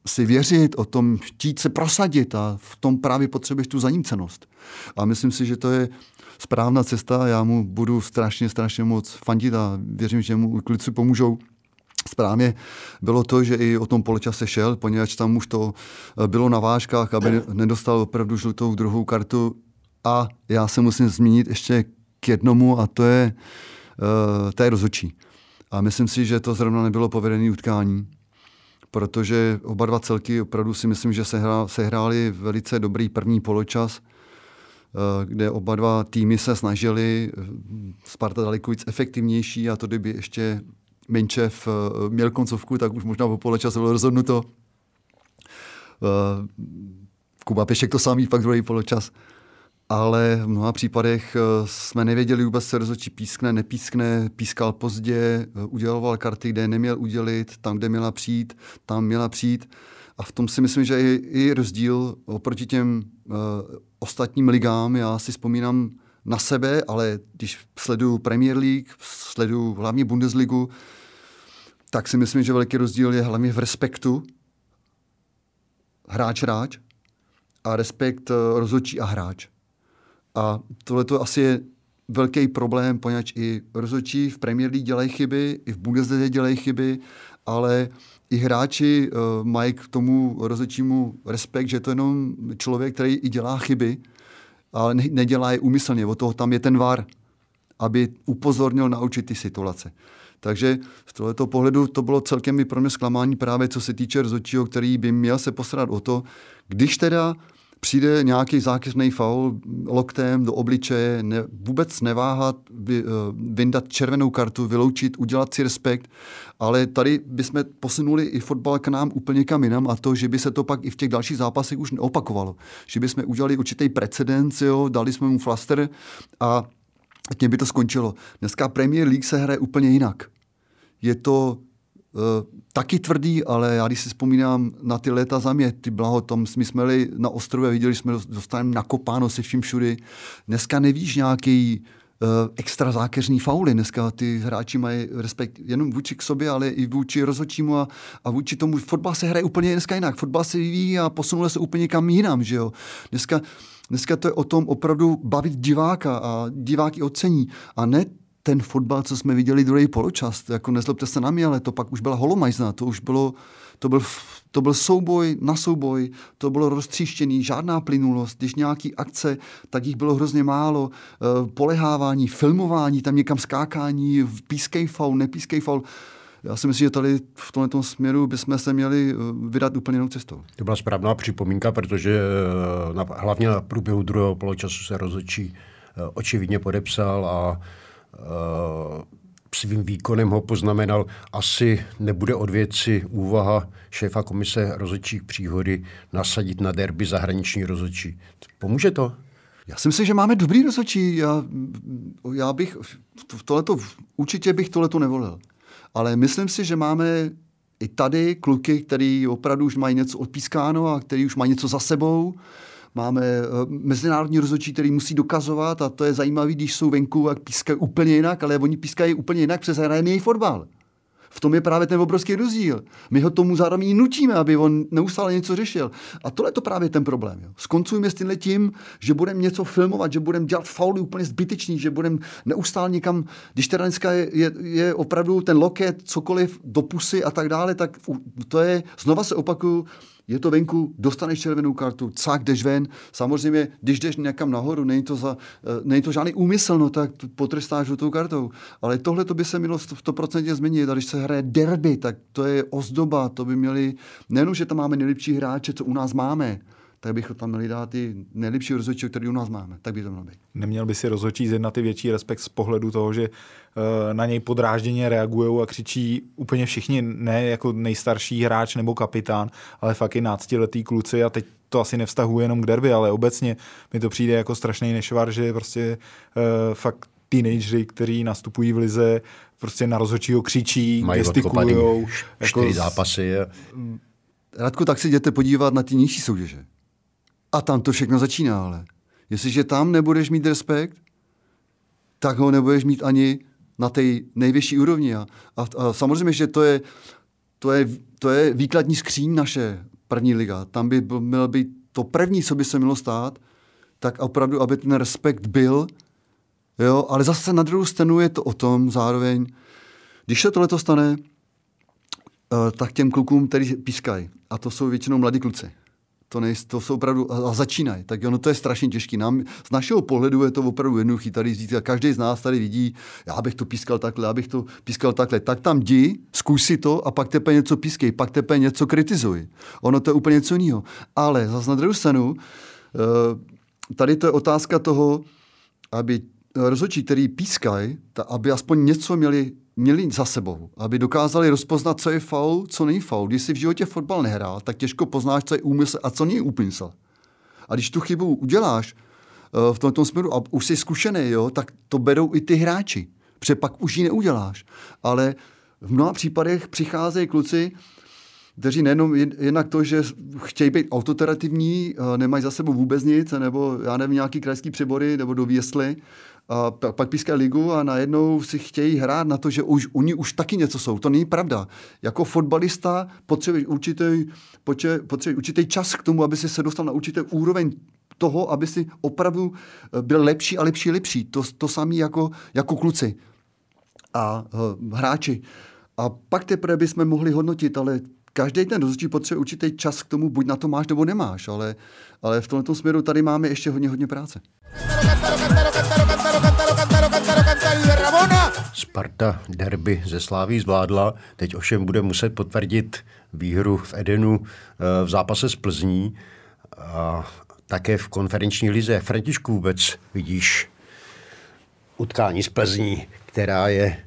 Speaker 3: si věřit, o tom chtít se prosadit a v tom právě potřebuješ tu zanícenost. A myslím si, že to je správná cesta. Já mu budu strašně, strašně moc fandit a věřím, že mu kluci pomůžou. Správně bylo to, že i o tom poločase šel, poněvadž tam už to bylo na vážkách, aby nedostal opravdu žlutou druhou kartu. A já se musím zmínit ještě k jednomu, a to je, uh, to je rozhodčí. A myslím si, že to zrovna nebylo povedené utkání, protože oba dva celky opravdu si myslím, že sehrá, sehráli velice dobrý první poločas, uh, kde oba dva týmy se snažili, Sparta daleko víc efektivnější, a to kdyby ještě Minčev uh, měl koncovku, tak už možná po poločase bylo rozhodnuto. Uh, Kuba Pěšek to samý, pak druhý poločas. Ale v mnoha případech jsme nevěděli vůbec, se rozhodčí pískne, nepískne, pískal pozdě, uděloval karty, kde neměl udělit, tam, kde měla přijít, tam měla přijít. A v tom si myslím, že je i rozdíl oproti těm uh, ostatním ligám. Já si vzpomínám na sebe, ale když sleduju Premier League, sleduju hlavně Bundesligu, tak si myslím, že velký rozdíl je hlavně v respektu hráč-hráč a respekt rozhodčí a hráč. A tohle to asi je velký problém, poněvadž i rozhodčí v Premier League dělají chyby, i v Bundeslize dělají chyby, ale i hráči uh, mají k tomu rozhodčímu respekt, že to je jenom člověk, který i dělá chyby, ale ne, nedělá je úmyslně. Od toho tam je ten V A R, aby upozornil na určitý situace. Takže z tohoto pohledu to bylo celkem i pro mě zklamání právě co se týče rozhodčího, který by měl se postarat o to, když teda přijde nějaký zákeřný faul loktem do obličeje, ne, vůbec neváhat, vy, uh, vyndat červenou kartu, vyloučit, udělat si respekt, ale tady bychom posunuli i fotbal k nám úplně kam jinam, a to, že by se to pak i v těch dalších zápasech už neopakovalo. Že bychom udělali určitý precedens, jo, dali jsme mu flaster a tím by to skončilo. Dneska Premier League se hraje úplně jinak. Je to Uh, taky tvrdý, ale já když si vzpomínám na ty léta za mě, ty blaho, tam jsme jsme na ostrově, viděli jsme, dostaneme nakopáno se vším všudy. Dneska nevíš nějaký uh, extra zákeřný fauly. Dneska ty hráči mají respekt jenom vůči k sobě, ale i vůči rozhodčímu a, a vůči tomu. Fotbal se hraje úplně dneska jinak. Fotbal se vyvíjí a posunul se úplně kam jinam, že jo. Dneska, dneska to je o tom opravdu bavit diváka a diváky ocení a ne ten fotbal, co jsme viděli druhý poločas, jako nezlobte se na mě, ale to pak už byla holomajzna, to už bylo, to byl, to byl souboj na souboj, to bylo roztříštěný, žádná plynulost, když nějaký akce, tak jich bylo hrozně málo, e, polehávání, filmování, tam někam skákání, pískej faul, nepískej faul. Já si myslím, že tady v tomto směru bychom se měli vydat úplně jinou cestou.
Speaker 2: To byla správná připomínka, protože na, hlavně na průběhu druhého poločasu se rozhodčí očividně podepsal a Uh, svým výkonem ho poznamenal, asi nebude od věci úvaha šéfa komise rozhodčích příhody nasadit na derby zahraniční rozhodčí. Pomůže to?
Speaker 3: Já si myslím, že máme dobrý rozhodčí. Já, já bych tohleto, určitě bych tohleto nevolil. Ale myslím si, že máme i tady kluky, který opravdu už mají něco odpískáno a který už mají něco za sebou. Máme uh, mezinárodní rozhodčí, který musí dokazovat, a to je zajímavé, když jsou venku a pískají úplně jinak, ale oni pískají úplně jinak přes hraný fotbal. V tom je právě ten obrovský rozdíl. My ho tomu zároveň nutíme, aby on neustále něco řešil. A tohle je to právě ten problém. Jo. Skoncujeme s tímhle tím, že budeme něco filmovat, že budeme dělat fauly úplně zbytečný, že budeme neustále někam, když teda dneska je, je, je opravdu ten loket, cokoliv do pusy a tak dále, tak to je, znova se opakuju, je to venku, dostaneš červenou kartu, cák, jdeš ven. Samozřejmě, když jdeš někam nahoru, není to, za, není to žádný úmysl, no, tak potrestáš žlutou kartou. Ale tohle to by se mělo sto procent změnit. A když se hraje derby, tak to je ozdoba. To by měli, nejenom, že tam máme nejlepší hráče, co u nás máme, tak bych tam měli dát i nejlepší rozhodčí, který u nás máme. Tak by to mělo být.
Speaker 4: Neměl by si rozhodčí zjednat ty větší respekt z pohledu toho, že uh, na něj podrážděně reagují a křičí úplně všichni, ne jako nejstarší hráč nebo kapitán, ale fakt i náctiletý kluci, a teď to asi nevztahuje jenom k derby, ale obecně mi to přijde jako strašný nešvar, že prostě uh, fakt teenageři, kteří nastupují v lize, prostě na rozhodčího křičí,
Speaker 2: mají
Speaker 4: gestikulujou.
Speaker 2: Čtyři
Speaker 4: jako
Speaker 2: zápasy. A...
Speaker 3: Radku, tak si jděte podívat na ty nižší soutěže. A tam to všechno začíná, ale jestliže tam nebudeš mít respekt, tak ho nebudeš mít ani na té nejvyšší úrovni. A, a, a samozřejmě, že to je, to, je, to je výkladní skříň naše. první liga. Tam by mělo být to první, co by se mělo stát, tak opravdu, aby ten respekt byl. Jo? Ale zase na druhou stranu je to o tom zároveň, když se tohleto stane, tak těm klukům, kteří pískají, a to jsou většinou mladí kluci, to, nej, to jsou opravdu, a začínají, tak ono to je strašně těžký. Nám, z našeho pohledu je to opravdu jednoduchý, tady říct, každý z nás tady vidí, já bych to pískal takhle, já bych to pískal takhle, tak tam jdi, zkuš si to a pak tepe něco pískej, pak tepe něco kritizuj. Ono to je úplně něco jiného. Ale zase na druhou stranu, tady to je otázka toho, aby rozhodčí, který pískají, aby aspoň něco měli měli za sebou, aby dokázali rozpoznat, co je faul, co není faul. Když si v životě fotbal nehrál, tak těžko poznáš, co je úmysl a co není úmysl. A když tu chybu uděláš uh, v tomto směru a už jsi zkušený, jo, tak to berou i ty hráči. Protože pak už ji neuděláš. Ale v mnoha případech přicházejí kluci, kteří nejenom jednak to, že chtějí být autoterativní, uh, nemají za sebou vůbec nic, nebo já nevím, nějaký krajský přebory, nebo do jesli, a pak pískají ligu a najednou si chtějí hrát na to, že už oni už taky něco jsou. To není pravda. Jako fotbalista potřebuješ určitý, potřebuješ určitý čas k tomu, aby si se dostal na určitý úroveň toho, aby si opravdu byl lepší a lepší a lepší. To, to samé jako, jako kluci a uh, hráči. A pak teprve bychom mohli hodnotit, ale každý ten rozhodčí potřebuje určitý čas k tomu, buď na to máš, nebo nemáš. Ale, ale v tomto směru tady máme ještě hodně, hodně práce.
Speaker 2: Sparta derby ze Sláví zvládla, teď ovšem bude muset potvrdit výhru v Edenu v zápase s Plzní a také v konferenční lize. Františku, vůbec vidíš utkání s Plzní, která je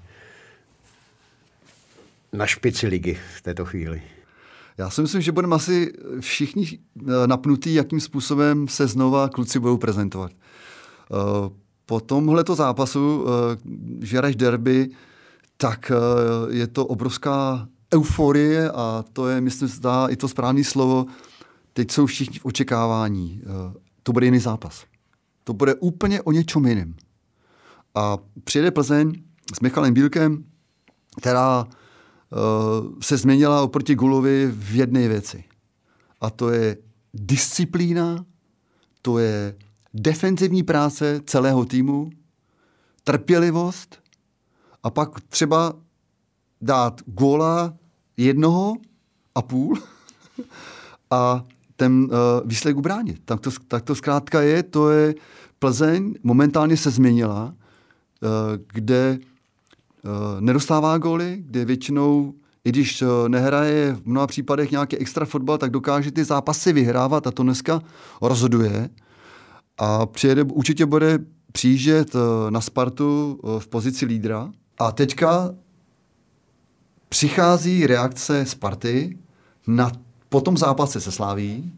Speaker 2: na špici ligy v této chvíli?
Speaker 3: Já si myslím, že budeme asi všichni napnutí, jakým způsobem se znova kluci budou prezentovat. Po tomhleto zápasu, že hraješ derby, tak je to obrovská euforie a to je, myslím, zdá i to správné slovo. Teď jsou všichni v očekávání. To bude jiný zápas. To bude úplně o něčem jiném. A přijede Plzeň s Michalem Bílkem, která se změnila oproti Gulovi v jedné věci. A to je disciplína, to je defenzivní práce celého týmu, trpělivost a pak třeba dát góla jednoho a půl a ten uh, výsledek ubránit. Tak to, tak to zkrátka je, to je Plzeň momentálně se změnila, uh, kde uh, nedostává góly, kde většinou, i když uh, nehraje v mnoha případech nějaký extra fotbal, tak dokáže ty zápasy vyhrávat a to dneska rozhoduje. A přijede, určitě bude přijíždět uh, na Spartu uh, v pozici lídra. A teďka přichází reakce Sparty na, po tom zápase se Sláví,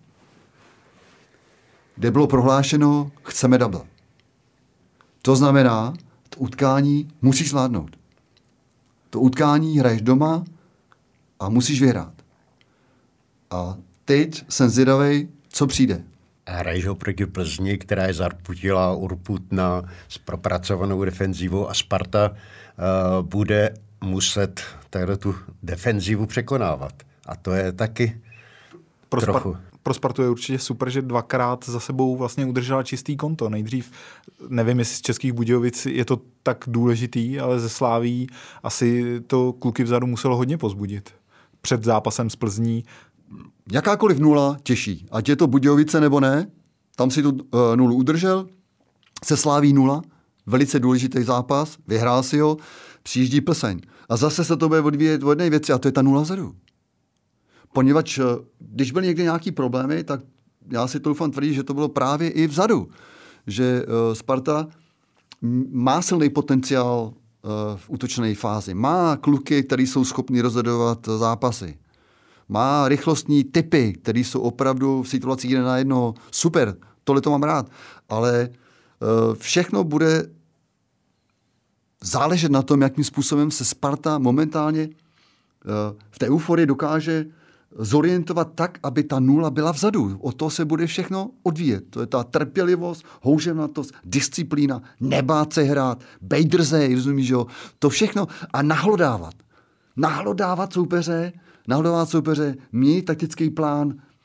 Speaker 3: kde bylo prohlášeno, chceme double. To znamená, to utkání musíš zvládnout. To utkání hraješ doma a musíš vyhrát. A teď jsem zvědavej, co přijde.
Speaker 2: Hraješ ho proti Plzni, která je zarputila, urputná, s propracovanou defenzivou a Sparta uh, bude muset tady tu defenzivu překonávat. A to je taky
Speaker 4: pro
Speaker 2: trochu...
Speaker 4: Spar- pro Spartu je určitě super, že dvakrát za sebou vlastně udržela čistý konto. Nejdřív, nevím, jestli z Českých Budějovic je to tak důležitý, ale ze Sláví asi to kluky vzadu muselo hodně pozbudit. Před zápasem s Plzní.
Speaker 3: Jakákoliv nula těší. Ať je to Budějovice nebo ne, tam si tu uh, nulu udržel, se Sláví nula, velice důležitý zápas, vyhrál si ho, přijíždí Plzeň. A zase se to bude odvíjet od jedné věci a to je ta nula vzadu. Poněvadž, uh, když byly někde nějaký problémy, tak já si to doufám tvrdit, že to bylo právě i vzadu. Že uh, Sparta má silný potenciál uh, v útočné fázi. Má kluky, který jsou schopni rozhodovat zápasy. Má rychlostní typy, které jsou opravdu v situacích jeden na jednoho. Super, tohle to mám rád. Ale uh, všechno bude záležet na tom, jakým způsobem se Sparta momentálně uh, v té euforii dokáže zorientovat tak, aby ta nula byla vzadu. O to se bude všechno odvíjet. To je ta trpělivost, houževnatost, disciplína, nebát se hrát, bejt drzej, rozumíš, jo? To všechno a nahlodávat. Nahlodávat soupeře, nahlodávat soupeře, měnit taktický plán,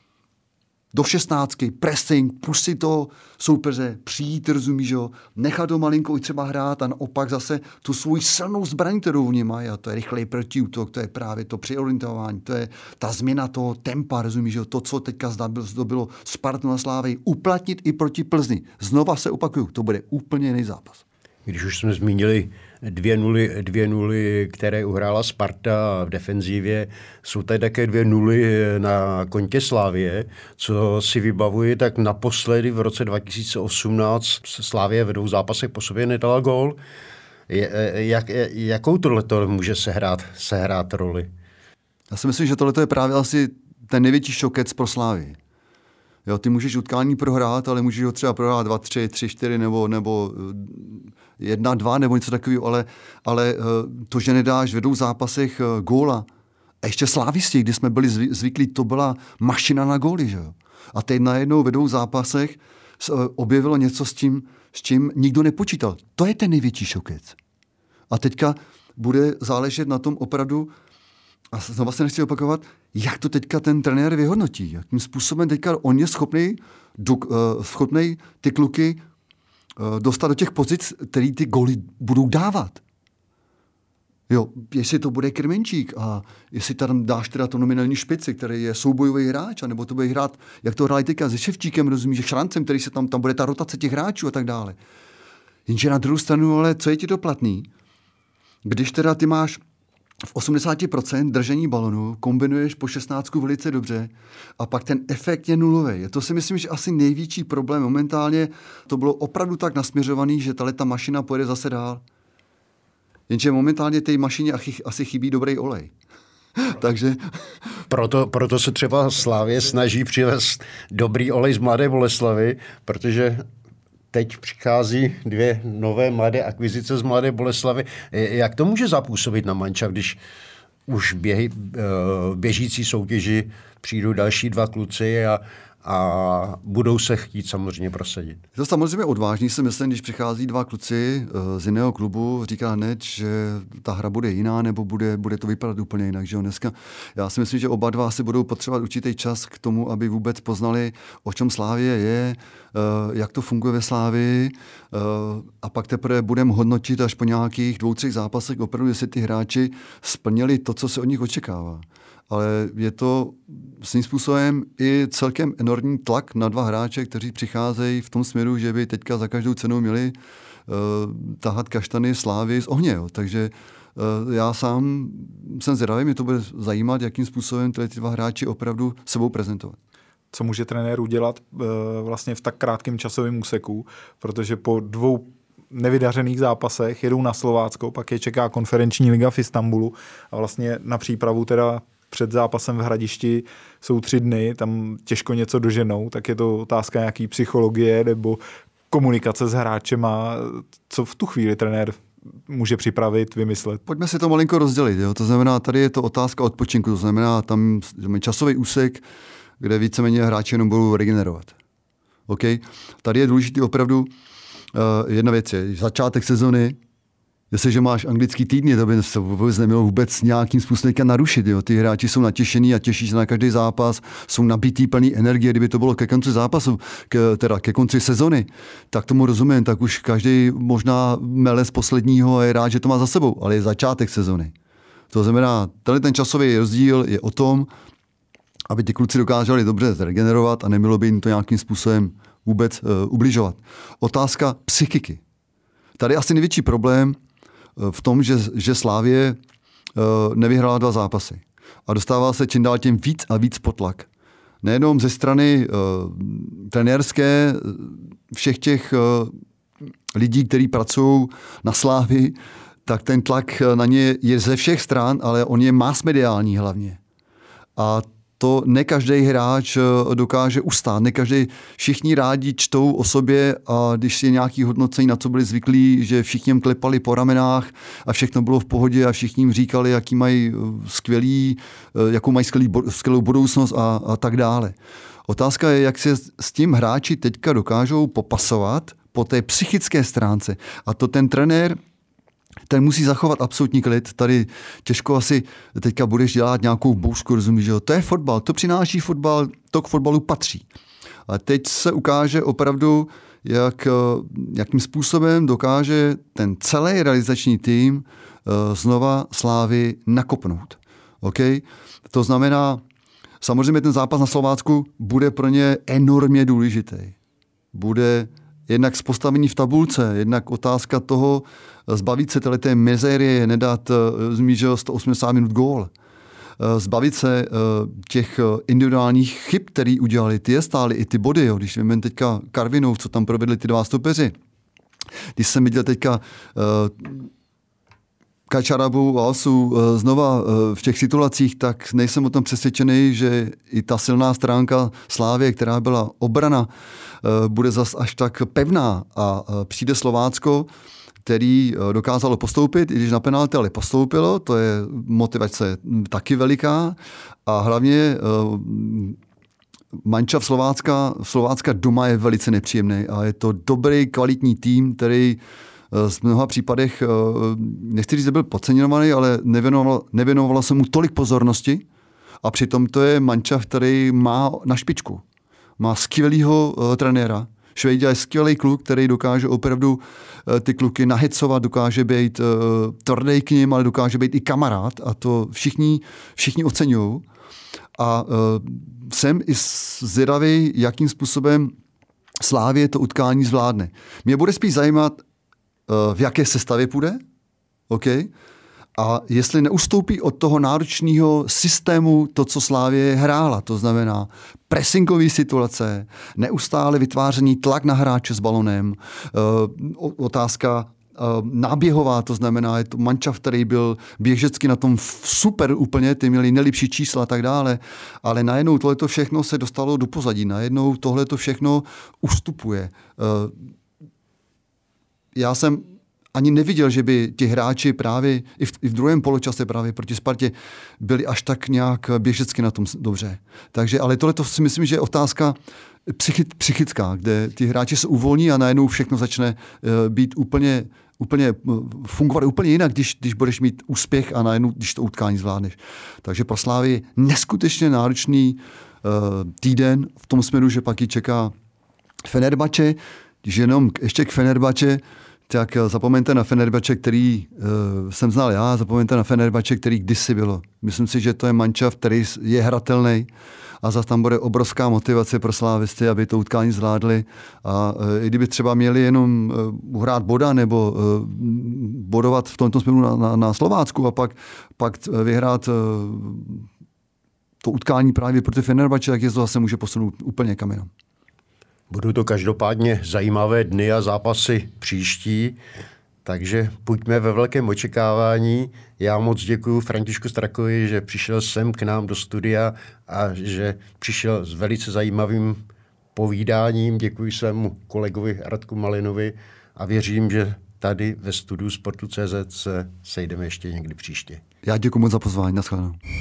Speaker 3: do šestnáctky, pressing, pustit toho soupeře, přijít, rozumíš, jo, nechat ho malinko i třeba hrát a naopak zase tu svou silnou zbraň, kterou v něm mají, a to je rychlej protiútok, to je právě to přeorientování, to je ta změna toho tempa, rozumíš, jo, to, co teďka zdobilo Spartu na Slávii, uplatnit i proti Plzni. Znova se opakuju, to bude úplně jiný zápas.
Speaker 2: Když už jsme zmínili dvě nuly, dvě nuly, které uhrála Sparta v defenzivě, jsou tady také dvě nuly na kontě Slávie, co si vybavuji, tak naposledy v roce dva tisíce osmnáct Slávie ve dvou zápasech po sobě nedala gól. Jak, jakou tohleto může sehrát, sehrát roli?
Speaker 3: Já si myslím, že tohleto je právě asi ten největší šokec pro Slávii. Jo, ty můžeš utkání prohrát, ale můžeš ho třeba prohrát dva, tři, tři, čtyři nebo, nebo jedna, dva nebo něco takového, ale, ale to, že nedáš ve dvou zápasech góla, a ještě Slávisti, kdy jsme byli zvyklí, to byla mašina na góly, že jo. A teď najednou ve dvou zápasech objevilo něco s tím, s čím nikdo nepočítal. To je ten největší šokec. A teďka bude záležet na tom opravdu, a znovu se nechci opakovat, jak to teďka ten trenér vyhodnotí. Jakým způsobem teďka on je schopný, do, uh, schopný ty kluky uh, dostat do těch pozic, který ty góly budou dávat. Jo, jestli to bude Krmenčík a jestli tam dáš teda to nominální špici, který je soubojový hráč, nebo to bude hrát, jak to hráli teďka se Ševčíkem, rozumíš, že Šrancem, který se tam, tam bude ta rotace těch hráčů a tak dále. Jenže na druhou stranu, ale co je ti doplatný? Když teda ty máš v osmdesát procent držení balonu, kombinuješ po šestnáctku velice dobře a pak ten efekt je nulový. To si myslím, že asi největší problém momentálně, to bylo opravdu tak nasměřovaný, že tahle ta mašina pojede zase dál. Jenže momentálně té mašině asi chybí dobrý olej. Takže...
Speaker 2: Proto, proto se třeba Slávě snaží přivést dobrý olej z Mladé Boleslavi, protože teď přichází dvě nové mladé akvizice z Mladé Boleslavy. Jak to může zapůsobit na mančaft, když už běhy, běžící soutěži přijdou další dva kluci a, a budou se chtít samozřejmě prosadit?
Speaker 3: Je to samozřejmě odvážný, si myslím, když přichází dva kluci z jiného klubu, říká hned, že ta hra bude jiná, nebo bude, bude to vypadat úplně jinak. Že jo? Dneska, já si myslím, že oba dva si budou potřebovat určitý čas k tomu, aby vůbec poznali, o čem Slávie je, jak to funguje ve Slávii, a pak teprve budeme hodnotit až po nějakých dvou, třech zápasech opravdu, jestli ty hráči splnili to, co se od nich očekává. Ale je to svým způsobem i celkem enormní tlak na dva hráče, kteří přicházejí v tom směru, že by teďka za každou cenu měli uh, tahat kaštany Slávy z ohně. Jo. Takže uh, já sám jsem zvědavý, mě to bude zajímat, jakým způsobem tyhle ty dva hráči opravdu sebou prezentovat.
Speaker 4: Co může trenér udělat uh, vlastně v tak krátkém časovém úseku, protože po dvou nevydařených zápasech jedou na Slovácko, pak je čeká konferenční liga v Istanbulu a vlastně na přípravu teda před zápasem v Hradišti jsou tři dny, tam těžko něco doženou, tak je to otázka nějaký psychologie nebo komunikace s hráčema, co v tu chvíli trenér může připravit, vymyslet. Pojďme
Speaker 3: si to malinko rozdělit. Jo? To znamená, tady je to otázka odpočinku, to znamená, tam je časový úsek, kde víceméně hráči jenom budou regenerovat. Okay? Tady je důležitý opravdu uh, jedna věc je začátek sezony. Jestliže máš anglický týdny, to by se vůbec nemělo vůbec nějakým způsobem narušit. Jo. Ty hráči jsou natěšení a těší se na každý zápas, jsou nabitý, plný energie. Kdyby to bylo ke konci zápasu, k, teda ke konci sezony, tak tomu rozumím, tak už každý možná mele z posledního a je rád, že to má za sebou, ale je začátek sezony. To znamená, tenhle ten časový rozdíl je o tom, aby ty kluci dokázali dobře zregenerovat a nemělo by jim to nějakým způsobem vůbec uh, ubližovat. Otázka psychiky. Tady asi největší problém v tom, že, že Slávie uh, nevyhrála dva zápasy. A dostává se čím dál tím víc a víc pod tlak. Nejenom ze strany uh, trenérské, všech těch uh, lidí, kteří pracují na Slávii, tak ten tlak na ně je ze všech stran, ale on je mass mediální hlavně. A to ne každý hráč dokáže ustát. Ne každý, všichni rádi čtou o sobě a když si nějaký hodnocení, na co byli zvyklí, že všichni jim klepali po ramenách a všechno bylo v pohodě a všichni jim říkali, jaký mají skvělý, jakou mají skvělý, skvělou budoucnost a, a tak dále. Otázka je, jak se s tím hráči teďka dokážou popasovat po té psychické stránce. A to ten trenér ten musí zachovat absolutní klid. Tady těžko asi teďka budeš dělat nějakou boušku, rozumíš, že jo? To je fotbal, to přináší fotbal, to k fotbalu patří. A teď se ukáže opravdu, jak, jakým způsobem dokáže ten celý realizační tým znova Slávy nakopnout. Okay? To znamená, samozřejmě ten zápas na Slovácku bude pro ně enormně důležitý. Bude jednak z postavení v tabulce, jednak otázka toho zbavit se té mizérie, nedat zmížel sto osmdesát minut gól. Zbavit se těch individuálních chyb, který udělali. Ty je stály i ty body. Jo. Když víme teďka Karvinov, co tam provedli ty dva stopeři. Když jsem viděl teďka Kačarabu a Osu znova v těch situacích, tak nejsem o tom přesvědčený, že i ta silná stránka Slávie, která byla obrana, bude zas až tak pevná a přijde Slovácko, který dokázalo postoupit, i když na penalty, ale postoupilo, to je motivace taky veliká a hlavně mančaft Slovácka, Slovácka doma je velice nepříjemný a je to dobrý, kvalitní tým, který v mnoha případech, nechci říct, že byl podceňovaný, ale nevěnovalo, nevěnovalo se mu tolik pozornosti a přitom to je mančaft, který má na špičku. Má skvělýho uh, trenéra. Švejďa je skvělý kluk, který dokáže opravdu uh, ty kluky nahecovat, dokáže být uh, tvrdý k nim, ale dokáže být i kamarád a to všichni, všichni oceňují. A uh, jsem i zvědavý, jakým způsobem Slávie to utkání zvládne. Mě bude spíš zajímat, v jaké sestavě půjde, okay? A jestli neustoupí od toho náročného systému to, co Slávie hrála, to znamená pressingové situace, neustále vytváření tlak na hráče s balonem, otázka náběhová, to znamená, je to mančaft, který byl běžecky na tom super úplně, ty měli nejlepší čísla a tak dále, ale najednou tohleto všechno se dostalo do pozadí, najednou tohleto všechno ustupuje. Já jsem ani neviděl, že by ti hráči právě i v, i v druhém poločase právě proti Spartě byli až tak nějak běžecky na tom dobře. Takže, ale tohle to si myslím, že je otázka psychit, psychická, kde ti hráči se uvolní a najednou všechno začne uh, být úplně, úplně uh, fungovat úplně jinak, když, když budeš mít úspěch a najednou, když to utkání zvládneš. Takže pro Slávy neskutečně náročný uh, týden v tom směru, že pak ji čeká Fenerbahce, když jenom ještě k Fenerbahce, tak zapomeňte na Fenerbahce, který uh, jsem znal já, zapomeňte na Fenerbahce, který kdysi bylo. Myslím si, že to je mančaft, který je hratelný a zase tam bude obrovská motivace pro slávisty, aby to utkání zvládli. A uh, i kdyby třeba měli jenom uh, uhrát boda nebo uh, bodovat v tomto směru na, na, na Slovácku a pak, pak vyhrát uh, to utkání právě proti Fenerbahce, tak je to zase může posunout úplně kam jinam.
Speaker 2: Budou to každopádně zajímavé dny a zápasy příští, takže pojďme ve velkém očekávání. Já moc děkuji Františku Strakovi, že přišel sem k nám do studia a že přišel s velice zajímavým povídáním. Děkuji svému kolegovi Radku Malinovi a věřím, že tady ve studiu Sportu tečka cé zet se sejdeme ještě někdy příště.
Speaker 3: Já děkuji moc za pozvání. Naschledanou.